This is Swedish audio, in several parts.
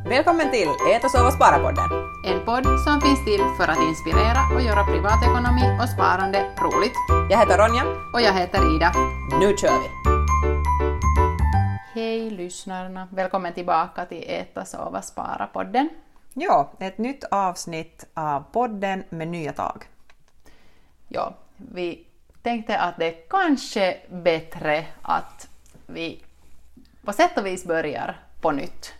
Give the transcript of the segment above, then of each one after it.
Välkommen till Ät och sova spara-podden. En podd som finns till för att inspirera och göra privatekonomi och sparande roligt. Jag heter Ronja. Och jag heter Ida. Nu kör vi! Hej lyssnarna! Välkommen tillbaka till Ät och sova spara-podden. Ja, ett nytt avsnitt av podden med nya tag. Ja, vi tänkte att det är kanske bättre att vi på sätt och vis börjar på nytt.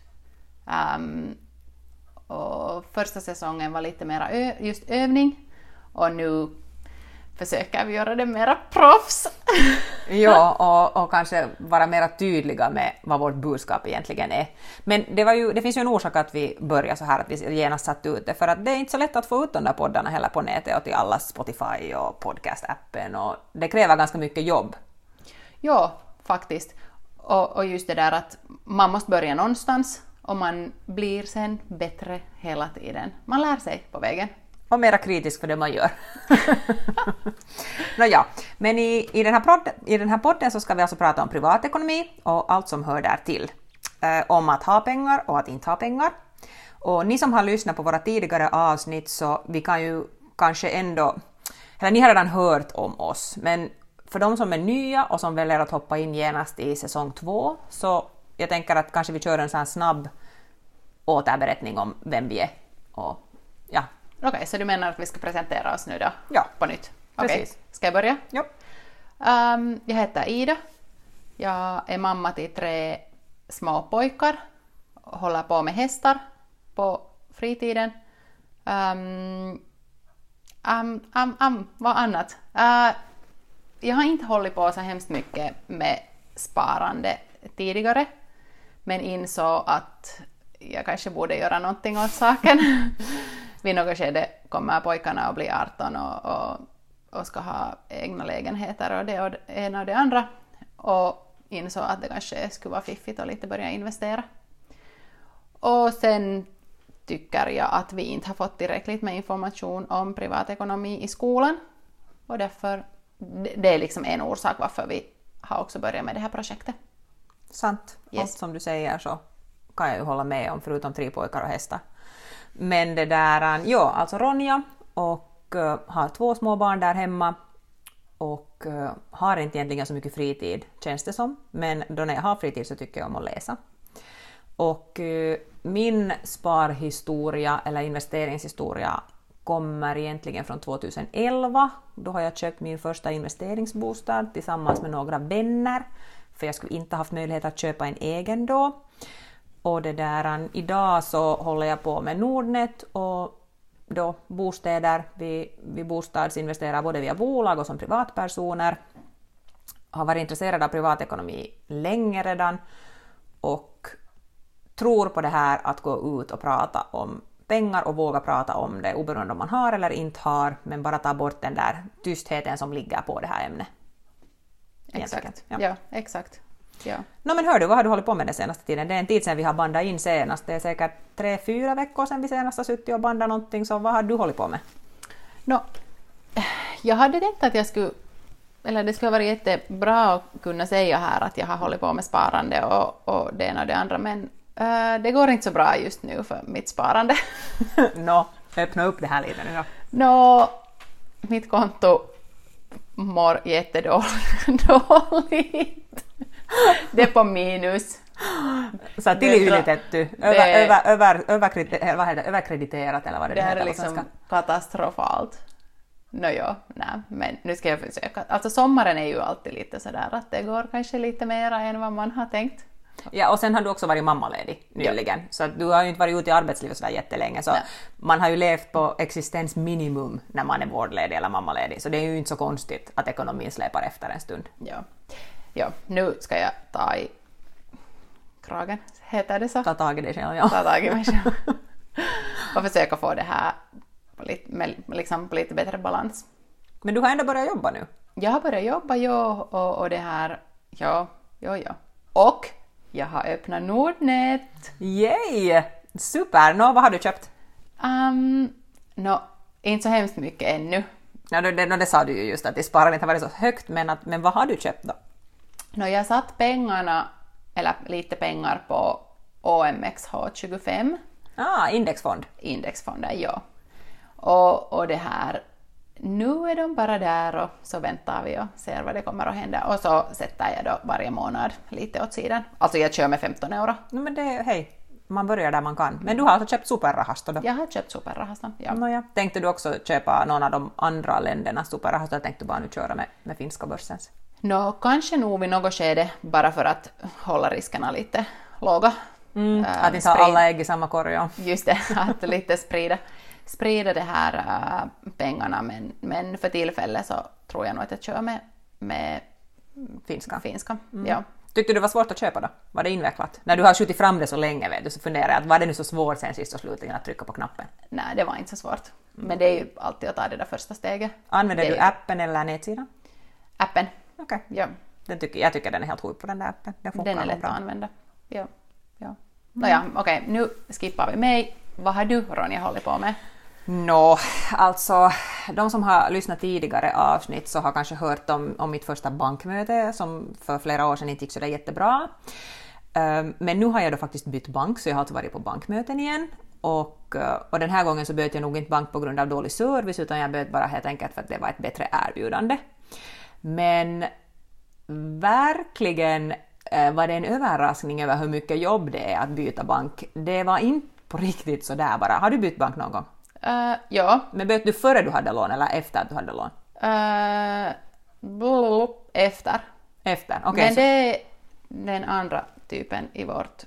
Och första säsongen var lite mera just övning och nu försöker vi göra det mera proffs. Ja, och kanske vara mer tydliga med vad vårt budskap egentligen är. Men det finns ju en orsak att vi börjar så här, att vi genast satt ut det, för att det är inte så lätt att få ut de där poddarna heller på nätet och till alla Spotify och podcast-appen, och det kräver ganska mycket jobb. Ja, faktiskt. Och just det där att man måste börja någonstans och man blir sen bättre hela tiden. Man lär sig på vägen. Och mera kritisk för det man gör. Nåja, men i den här podden så ska vi alltså prata om privatekonomi och allt som hör där till. Om att ha pengar och att inte ha pengar. Och ni som har lyssnat på våra tidigare avsnitt, så vi kan ju kanske ändå, eller ni har redan hört om oss, men för de som är nya och som väljer att hoppa in genast i säsong 2, så jag tänker att kanske vi kör en sån här snabb återberättning om vem vi är. Och, ja. Okej, så du menar att vi ska presentera oss nu då? Ja, på nytt? precis. Okej, ska jag börja? Ja. Jag heter Ida. Jag är mamma till 3 små pojkar. Håller på med hästar på fritiden. Vad annat? Jag har inte hållit på så hemskt mycket med sparande tidigare, men insåg att jag kanske borde göra någonting åt saken. Vid något skede kommer pojkarna att bli 18 och ska ha egna lägenheter och det ena och det andra. Och insåg att det kanske skulle vara fiffigt att lite börja investera. Och sen tycker jag att vi inte har fått tillräckligt med information om privatekonomi i skolan. Och därför, det är liksom en orsak varför vi har också börjat med det här projektet. Sant. Yes. Allt som du säger så kan jag ju hålla med om, förutom 3 pojkar och hästar. Men det där, ja, alltså Ronja, och har 2 små barn där hemma och har inte egentligen så mycket fritid, känns det som. Men då när jag har fritid så tycker jag om att läsa. Och min sparhistoria eller investeringshistoria kommer egentligen från 2011. Då har jag köpt min första investeringsbostad tillsammans med några vänner, för jag skulle inte haft möjlighet att köpa en egen då. Och det där, idag så håller jag på med Nordnet och då bostäder. Vi bostadsinvesterar både via bolag och som privatpersoner. Har varit intresserad av privatekonomi länge redan och tror på det här att gå ut och prata om pengar och våga prata om det, oberoende om man har eller inte har, men bara ta bort den där tystheten som ligger på det här ämnet. Exakt. Ja, exakt. Ja. No, men hör du, vad har du hållit på med den senaste tiden? Det är en tid sedan vi har bandat in senast. Det är säkert 3-4 veckor sedan vi senast har suttit och bandat någonting. Så vad har du hållit på med? Jag hade tänkt att det skulle vara jättebra att kunna säga här att jag har hållit på med sparande och det ena och det andra. Men det går inte så bra just nu för mitt sparande. Öppna upp det här lite nu då. Mitt konto mår jättedåligt. Det är på minus. Så tillyllitetty, överkrediterat eller vad det heter. Det är liksom katastrofalt. Men nu ska jag försöka. Alltså sommaren är ju alltid lite sådär att det går kanske lite mer än vad man har tänkt. Ja, och sen har du också varit mammaledig nyligen. Ja. Så du har ju inte varit ute i arbetslivet så där jättelänge. Så man har ju levt på existensminimum när man är vårdledig eller mammaledig. Så det är ju inte så konstigt att ekonomin släpar efter en stund. Ja, nu ska jag ta i kragen, heter det så? Ta tag i dig själv, ja. Ta tag i mig själv. Och försöka få det här på lite bättre balans. Men du har ändå börjat jobba nu? Jag har börjat jobba, och det här, ja. Och jag har öppnat Nordnet. Yay! Super! Vad har du köpt? Inte så hemskt mycket ännu. Det sa du ju just, att det sparandet har varit så högt, men vad har du köpt då? Jag satt pengarna, eller lite pengar på OMXH25. Indexfond. Indexfonder, ja. Och det här, nu är de bara där och så väntar vi och ser vad det kommer att hända. Och så sätter jag då varje månad lite åt sidan. Alltså jag kör med 15 euro. No, men hej, man börjar där man kan. Men du har alltså köpt superrahasto då? Jag har köpt superrahaston, ja. Nåja. Tänkte du också köpa någon av de andra ländernas superrahasto, eller tänkte du bara nu köra med finska börsens? Kanske nog vid något skede, bara för att hålla riskerna lite låga. Att inte ha alla ägg i samma korg. Ja. Just det, att lite sprida det här pengarna, men för tillfället så tror jag nog att jag kör med finska. Ja. Tyckte du det var svårt att köpa då? Var det invecklat? När du har skjutit fram det så länge, vet du, så funderar jag, var det nu så svårt sen sist och slutligen att trycka på knappen? Nej, det var inte så svårt. Men det är ju alltid att ta det där första steget. Använder du appen eller nätsidan? Appen. Okej. Ja. Jag tycker den är helt sjukt på den där appen. Den är lätt att använda. Ja. Nåja, okej, nu skippar vi mig. Vad har du, Ronja, hållit på med? Alltså de som har lyssnat tidigare avsnitt så har kanske hört om mitt första bankmöte som för flera år sedan inte gick så där jättebra. Men nu har jag då faktiskt bytt bank, så jag har alltså varit på bankmöten igen. Och den här gången så bytte jag nog inte bank på grund av dålig service, utan jag bytte bara helt enkelt för att det var ett bättre erbjudande. Men verkligen var det en överraskning över hur mycket jobb det är att byta bank. Det var inte på riktigt så där bara. Har du bytt bank någon gång? Ja. Men bytte du före du hade lån eller efter att du hade lån? Efter. Efter, okej. Men det är den andra typen i vårt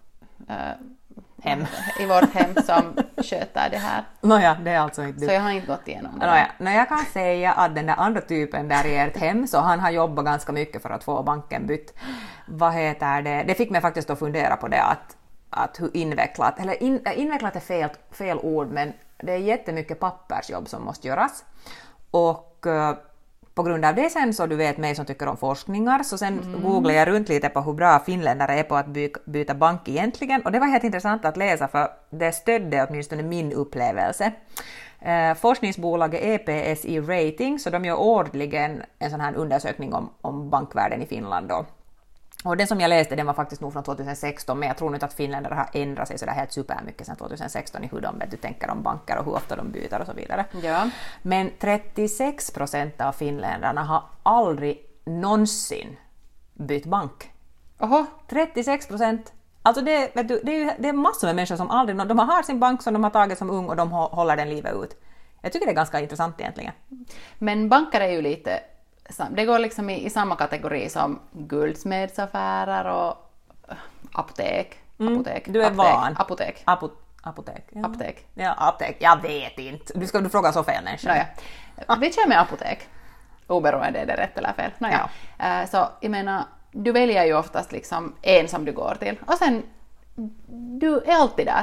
hem som sköter det här. Nåja, det är alltså inte du. Så jag har inte gått igenom det. Nåja, jag kan säga att den där andra typen där i ert hem, så han har jobbat ganska mycket för att få banken bytt. Vad heter det? Det fick mig faktiskt att fundera på det, att hur invecklat, eller invecklat är fel ord, men det är jättemycket pappersjobb som måste göras. Och på grund av det sen, så du vet mig som tycker om forskningar, så sen googlade jag runt lite på hur bra finländare är på att byta bank egentligen, och det var helt intressant att läsa, för det stödde åtminstone min upplevelse. Forskningsbolaget EPSI Rating, så de gör årligen en sån här undersökning om bankvärlden i Finland då. Och den som jag läste, den var faktiskt nog från 2016, men jag tror inte att finländare har ändrat sig så där helt supermycket sedan 2016 i hur de tänker om banker och hur ofta de byter och så vidare. Ja. Men 36% av finländarna har aldrig någonsin bytt bank. Oho. 36%. Alltså det är massor med människor som aldrig, de har sin bank som de har tagit som ung och de håller den livet ut. Jag tycker det är ganska intressant egentligen. Men banker är ju lite, det går liksom i samma kategori som guldsmedsaffärer och apotek. Du är van. Apotek. Apotek. Ja. Apotek. Ja, apotek. Jag vet inte. Du frågar så fel människa. Nåja. Vi kör med apotek. Oberoende är det rätt eller fel. Nåja. Ja. Så jag menar, du väljer ju oftast liksom en som du går till. Och sen, du är alltid där.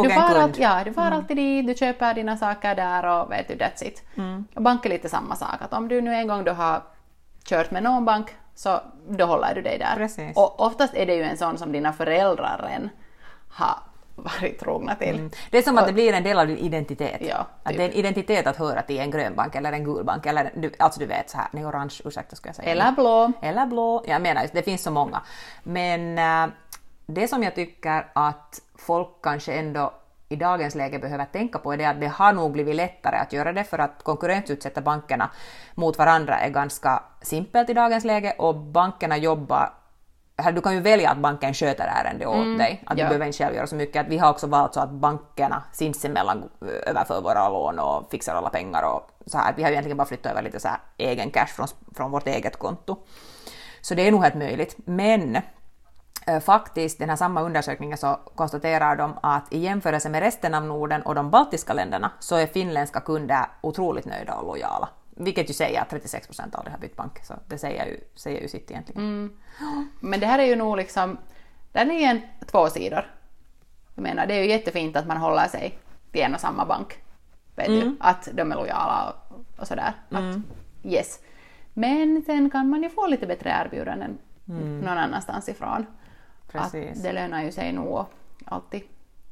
Du far alltid dit, du köper dina saker där och vet du, that's it. Och bank är lite samma sak. Att om du nu en gång du har kört med någon bank, så då håller du dig där. Precis. Och oftast är det ju en sån som dina föräldrar än har varit trogna till. Det är som att det blir en del av din identitet. Ja, typ. Att det är en identitet att höra till en grön bank eller en gul bank. Eller, alltså du vet så här, nej, orange, ursäkta ska jag säga. Eller blå. Jag menar, det finns så många. Men det som jag tycker att folk kanske ändå i dagens läge behöver tänka på är det att det har nog blivit lättare att göra det, för att konkurrensutsätta bankerna mot varandra är ganska simpelt i dagens läge, och bankerna jobbar. Du kan ju välja att banken sköter ärende åt dig, att du behöver inte själv göra så mycket. Att vi har också valt så att bankerna sinsemellan överför våra lån och fixar alla pengar och så här. Vi har ju egentligen bara flyttat över lite så här egen cash från vårt eget konto. Så det är nog helt möjligt. Men faktiskt, den här samma undersökningen, så konstaterar de att i jämförelse med resten av Norden och de baltiska länderna så är finländska kunder otroligt nöjda och lojala. Vilket ju säger att 36% aldrig har bytt bank, så det säger ju sitt egentligen. Men det här är ju nog liksom, den är ju två sidor. Jag menar, det är ju jättefint att man håller sig till en och samma bank. Vet du, att de är lojala och sådär. Att, yes. Men sen kan man ju få lite bättre erbjudanden någon annanstans ifrån. Precis. Att det lönar ju sig nog alltid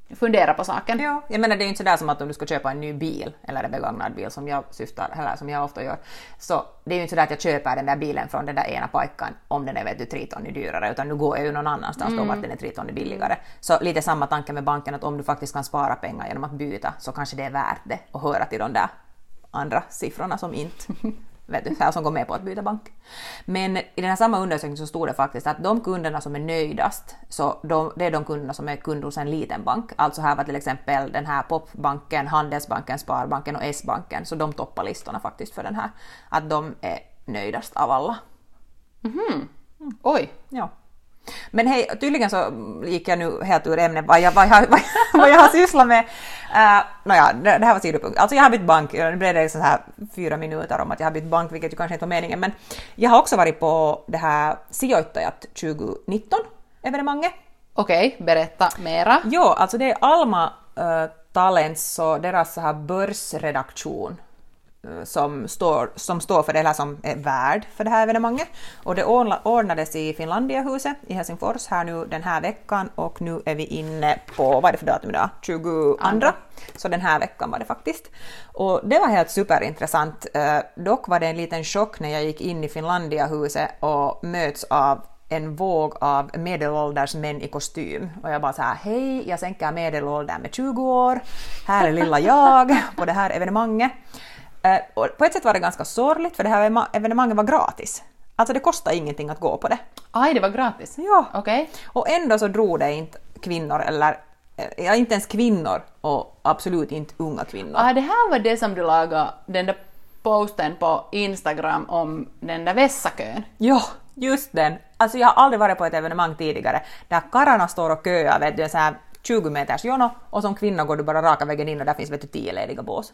fundera på saken. Ja, jag menar det är ju inte sådär som att om du ska köpa en ny bil eller en begagnad bil som jag syftar, eller som jag ofta gör, så det är ju inte sådär att jag köper den där bilen från den där ena pojkan om den är 3 ton dyrare, utan nu går jag ju någon annanstans då vart den är 3 ton billigare. Så lite samma tanke med banken, att om du faktiskt kan spara pengar genom att byta, så kanske det är värt det att höra till de där andra siffrorna som inte som går med på att byta bank. Men i den här samma undersökningen så stod det faktiskt att de kunderna som är nöjdast, så det är de kunderna som är kunder hos en liten bank. Alltså här var till exempel den här Popbanken, Handelsbanken, Sparbanken och S-banken, så de toppar listorna faktiskt för den här, att de är nöjdast av alla. Oj! Ja. Men hej, tydligen så gick jag nu helt ur ämnet vad jag har sysslat med. Det här var sidopunkt. Alltså jag har bytt bank, det blev det så här 4 minuter om att jag har bytt bank, vilket ju kanske inte var meningen. Men jag har också varit på det här Sijoittajat 2019 evenemanget. Okej, berätta mera. Jo, alltså det är Alma Talents och deras så här börsredaktion som står för det här, som är värd för det här evenemanget. Och det ordnades i Finlandiahuset i Helsingfors här nu den här veckan, och nu är vi inne på, vad är det för datum idag? 22. Så den här veckan var det faktiskt. Och det var helt superintressant. Dock var det en liten chock när jag gick in i Finlandiahuset och möts av en våg av medelålders män i kostym. Och jag bara så här, hej, jag sänker medelåldern med 20 år. Här är lilla jag på det här evenemanget. Och på ett sätt var det ganska sorgligt, för det här evenemanget var gratis. Alltså det kostade ingenting att gå på det. Aj, det var gratis? Ja. Okej. Och ändå så drog det inte kvinnor, eller inte ens kvinnor, och absolut inte unga kvinnor. Det här var det som du lagade den där posten på Instagram om den där Vessakön. Ja, just den. Alltså jag har aldrig varit på ett evenemang tidigare där karlarna står och köar, vet du, en sån här 20 meters jono, och som kvinna går du bara raka vägen in och där finns 10 lediga bås.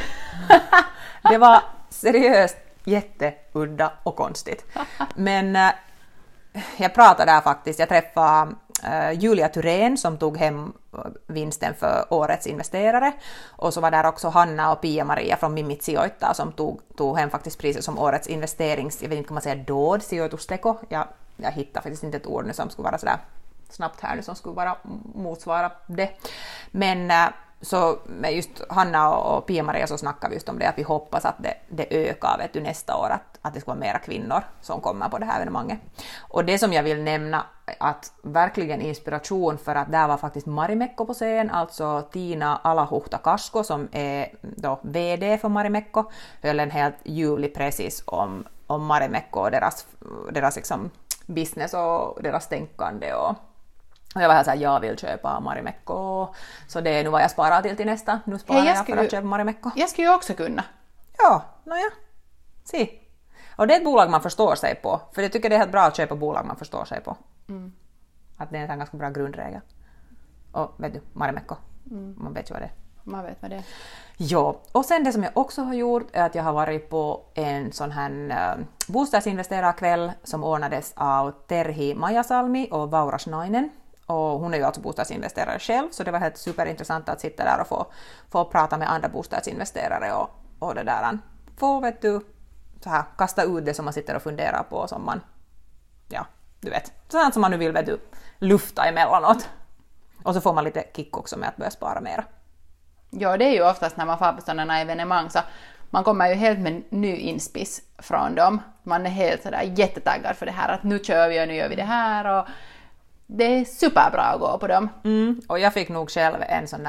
Det var seriöst jätteudda och konstigt. Men jag pratade där faktiskt, jag träffade Julia Thurén som tog hem vinsten för årets investerare, och så var där också Hanna och Pia-Maria från Mimit Sijoittaa som tog hem faktiskt priset som årets investerings, jag vet inte om man säger dåd, sijoitusteko. Jag hittar faktiskt inte ett ord nu som skulle vara sådär snabbt här nu som skulle bara motsvara det. Men så med just Hanna och Pia-Maria så snackar vi just om det, att vi hoppas att det ökar nästa år, att det ska vara mera kvinnor som kommer på det här evenemanget. Och det som jag vill nämna, att verkligen inspiration, för att där var faktiskt Marimekko på scen, alltså Tiina Alahuhta-Kasko som är då VD för Marimekko, höll en helt ljuvlig precis om Marimekko och deras liksom business och deras tänkande, och jag var här såhär, jag vill köpa Marimekko, så det är nu vad jag sparar till nästa. Nu sparar jag för att köpa Marimekko. Jag skulle ju också kunna. Ja, Se. Och det är ett bolag man förstår sig på, för jag tycker det är helt bra att köpa bolag man förstår sig på. Att det är en ganska bra grundregel. Och vet du, Marimekko, man vet ju vad det är. Man vet vad det är. Ja, och sen det som jag också har gjort är att jag har varit på en sån här bostadsinvesterarkväll som ordnades av Terhi Majasalmi och Vaura Schnainen. Och hon är ju alltså bostadsinvesterare själv, så det var helt superintressant att sitta där och få prata med andra bostadsinvesterare och det där. Få, vet du, så här, kasta ut det som man sitter och funderar på, som man, ja, du vet, sånt som man nu vill, vet du, lufta emellanåt. Och så får man lite kick också med att börja spara mera. Ja, det är ju oftast när man får på sådana evenemang, så man kommer ju helt med ny inspiss från dem. Man är helt sådär jättetaggad för det här, att nu kör vi och nu gör vi det här, och det är superbra att gå på dem. Och jag fick nog själv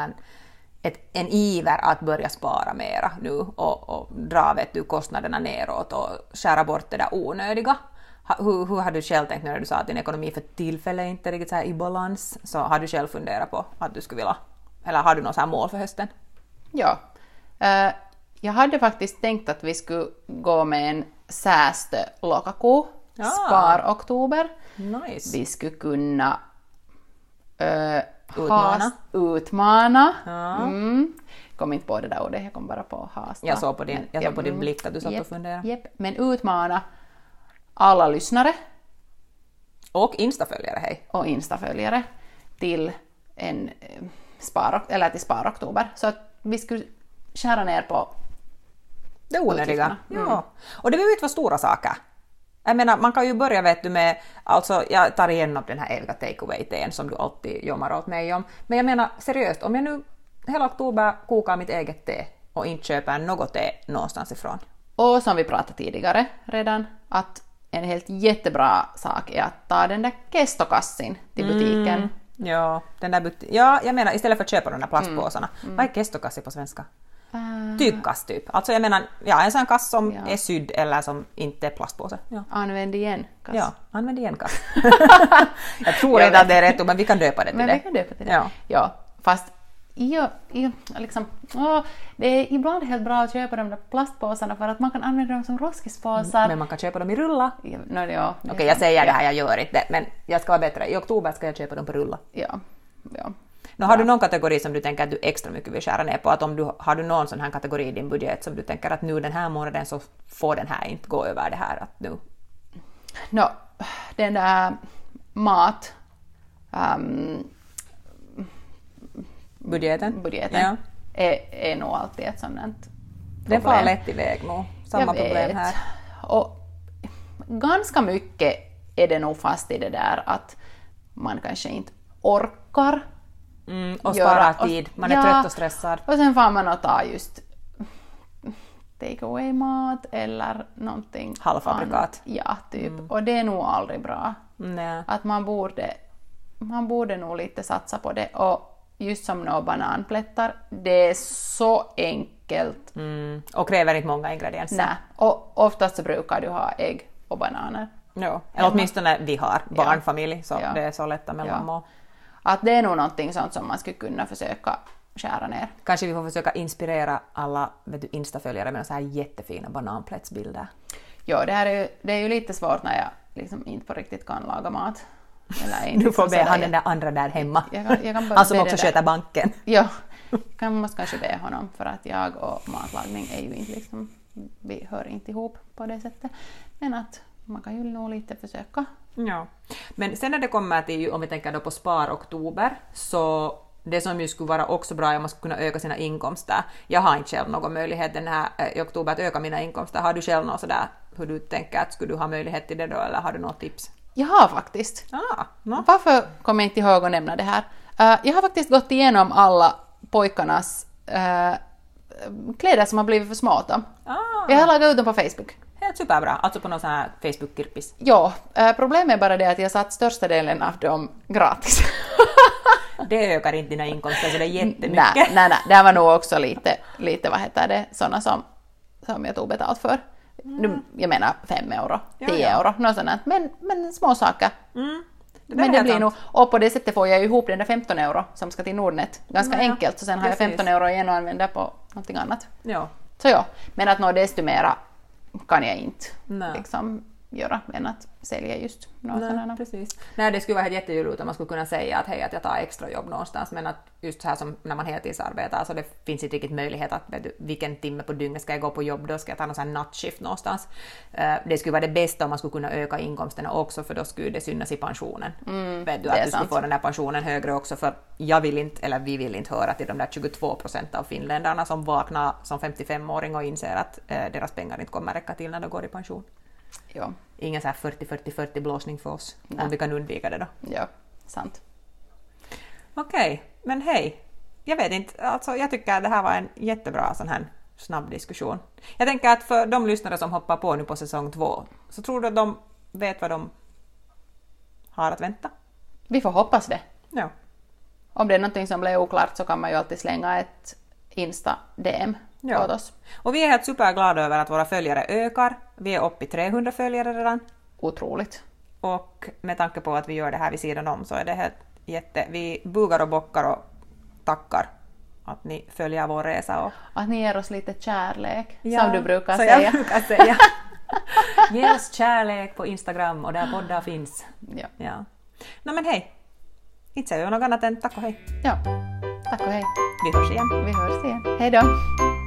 en iver att börja spara mera nu och dra, vet du, kostnaderna neråt och skära bort det där onödiga. Hur har du själv tänkt när du sa att din ekonomi för tillfället inte är riktigt så här i balans? Så har du själv funderat på att du skulle vilja, eller har du något så här mål för hösten? Ja, jag hade faktiskt tänkt att vi skulle gå med en säästö-lokaku, spar-oktober. Nice. Vi skulle kunna utmana. Kom inte på det där ordet, jag kom bara på hasta. Jag såg på din blick att du satt och funderade. Men utmana alla lyssnare. Och Instaföljare, hej. Och Instaföljare till en till spar-oktober. Så att vi skulle skära ner på det onödiga. Ja. Och det behöver inte vara stora saker. Jag menar, man kan ju börja vet du med, alltså jag tar igenom den här eviga takeaway-teen som du alltid jommar åt mig om. Men jag menar seriöst, om jag nu hela oktober kokar mitt eget te och inte köper något te någonstans ifrån. Och som vi pratade tidigare redan, att en helt jättebra sak är att ta den där kestokassin till butiken. Ja, den där ja, jag menar istället för att köpa de där plastpåsarna. Vad är kestokassi på svenska? Tygkass typ. Alltså jag menar, ja, en sån kass som är sydd eller som inte är plastpåse. Ja. Använd igen kass. Ja, använd igen kass. Jag tror inte att det är rätt, men vi kan döpa det till det. Men vi kan döpa till det. Ja, fast liksom, det är ibland helt bra att köpa de där plastpåsarna för att man kan använda dem som roskispåsar. Men man kan köpa dem i rulla. Okej, jag säger det här, jag gör inte det, men jag ska vara bättre. I oktober ska jag köpa dem på rulla. Ja. Nu, har du någon kategori som du tänker att du extra mycket vill skära ner på? Att har du någon sån här kategori i din budget som du tänker att nu den här månaden så får den här inte gå över det här? Att nu... Den där mat... budgeten ja. är nog alltid ett sådant problem. Den får lätt iväg nog. Samma problem här. Och ganska mycket är det nog fast i det där att man kanske inte orkar och spara tid. Man är trött och stressad. Och sen får man att ta just take away mat eller någonting halvfabrikat. Ja, typ. Och det är nog aldrig bra. Nej. Att man borde nog lite satsa på det. Och just som bananplättar, det är så enkelt. Och kräver inte många ingredienser. Nej, och oftast så brukar du ha ägg och bananer. Ja, eller åtminstone vi har barnfamilj, så det är så lätta mellan och. Att det är nog någonting sånt som man skulle kunna försöka skära ner. Kanske vi får försöka inspirera alla Insta-följare med så här jättefina bananplättsbilder. Ja, det är ju lite svårt när jag liksom inte på riktigt kan laga mat. Du får be han den där andra där hemma. Jag kan han som också sköter banken. Ja, jag måste kanske be honom för att jag och matlagning är ju inte liksom, vi hör inte ihop på det sättet. Men att man kan ju nog lite försöka. Ja, men sen när det kommer till, om vi tänker då på spar-oktober, så det som ju skulle vara också bra är om man skulle kunna öka sina inkomster. Jag har inte själv någon möjlighet den här i oktober att öka mina inkomster. Har du själv något sådär hur du tänker att skulle du ha möjlighet till det då, eller har du något tips? Jag har faktiskt. Varför kommer jag inte ihåg att nämna det här? Jag har faktiskt gått igenom alla pojkarnas kläder som har blivit för små åt dem. Jag har lagat ut dem på Facebook. Helt superbra, alltså på någon sån här Facebook-kirpis. Ja, problemet är bara det att jag satt största delen av dem gratis. Det ökar inte dina inkomster så det är jättemycket. Nej, det var nog också lite vad heter det, sådana som jag tog betalt för. Jag menar 5 euro, 10 euro, något sånt. Men små saker. Men det blir nog, och på det sättet får jag ihop den där 15 euro som ska till Nordnet. Ganska enkelt, så sen har jag 15 euro igen och använder på någonting annat. Ja. Så ja, men att nå desto mera kan jag inte liksom göra än att sälja just något sådant. Precis. Nej, det skulle vara jätteroligt om man skulle kunna säga att hej, att jag tar extra jobb någonstans, men att just så här som när man heltidsarbetar så det finns inte riktigt möjlighet att vilken timme på dygnet ska jag gå på jobb, då ska jag ta någon sån här nattskift någonstans. Det skulle vara det bästa om man skulle kunna öka inkomsterna också, för då skulle det synas i pensionen. Vet du, att du skulle få den där pensionen högre också, för jag vill inte, eller vi vill inte höra till de där 22% av finländarna som vaknar som 55-åring och inser att deras pengar inte kommer räcka till när de går i pension. Ja. Ingen så här 40-40-40 blåsning för oss. Nej. Om vi kan undvika det då. Ja, sant. Okej, men hej. Jag vet inte, alltså jag tycker att det här var en jättebra sån här snabb diskussion. Jag tänker att för de lyssnare som hoppar på nu på säsong 2, så tror du att de vet vad de har att vänta? Vi får hoppas det. Ja. Om det är någonting som blir oklart så kan man ju alltid slänga ett Insta-DM åt oss. Och vi är helt superglada över att våra följare ökar. Vi är uppe i 300 följare redan. Otroligt. Och med tanke på att vi gör det här vid sidan om så är det helt vi bugar och bockar och tackar att ni följer vår resa. Och att ni ger oss lite kärlek, som du brukar så säga. Jag brukar säga. Ge oss kärlek på Instagram och där poddar finns. Ja. No, men hej. Inte säger jag något annat än tack och hej. Ja, tack och hej. Vi hörs igen. Hej då.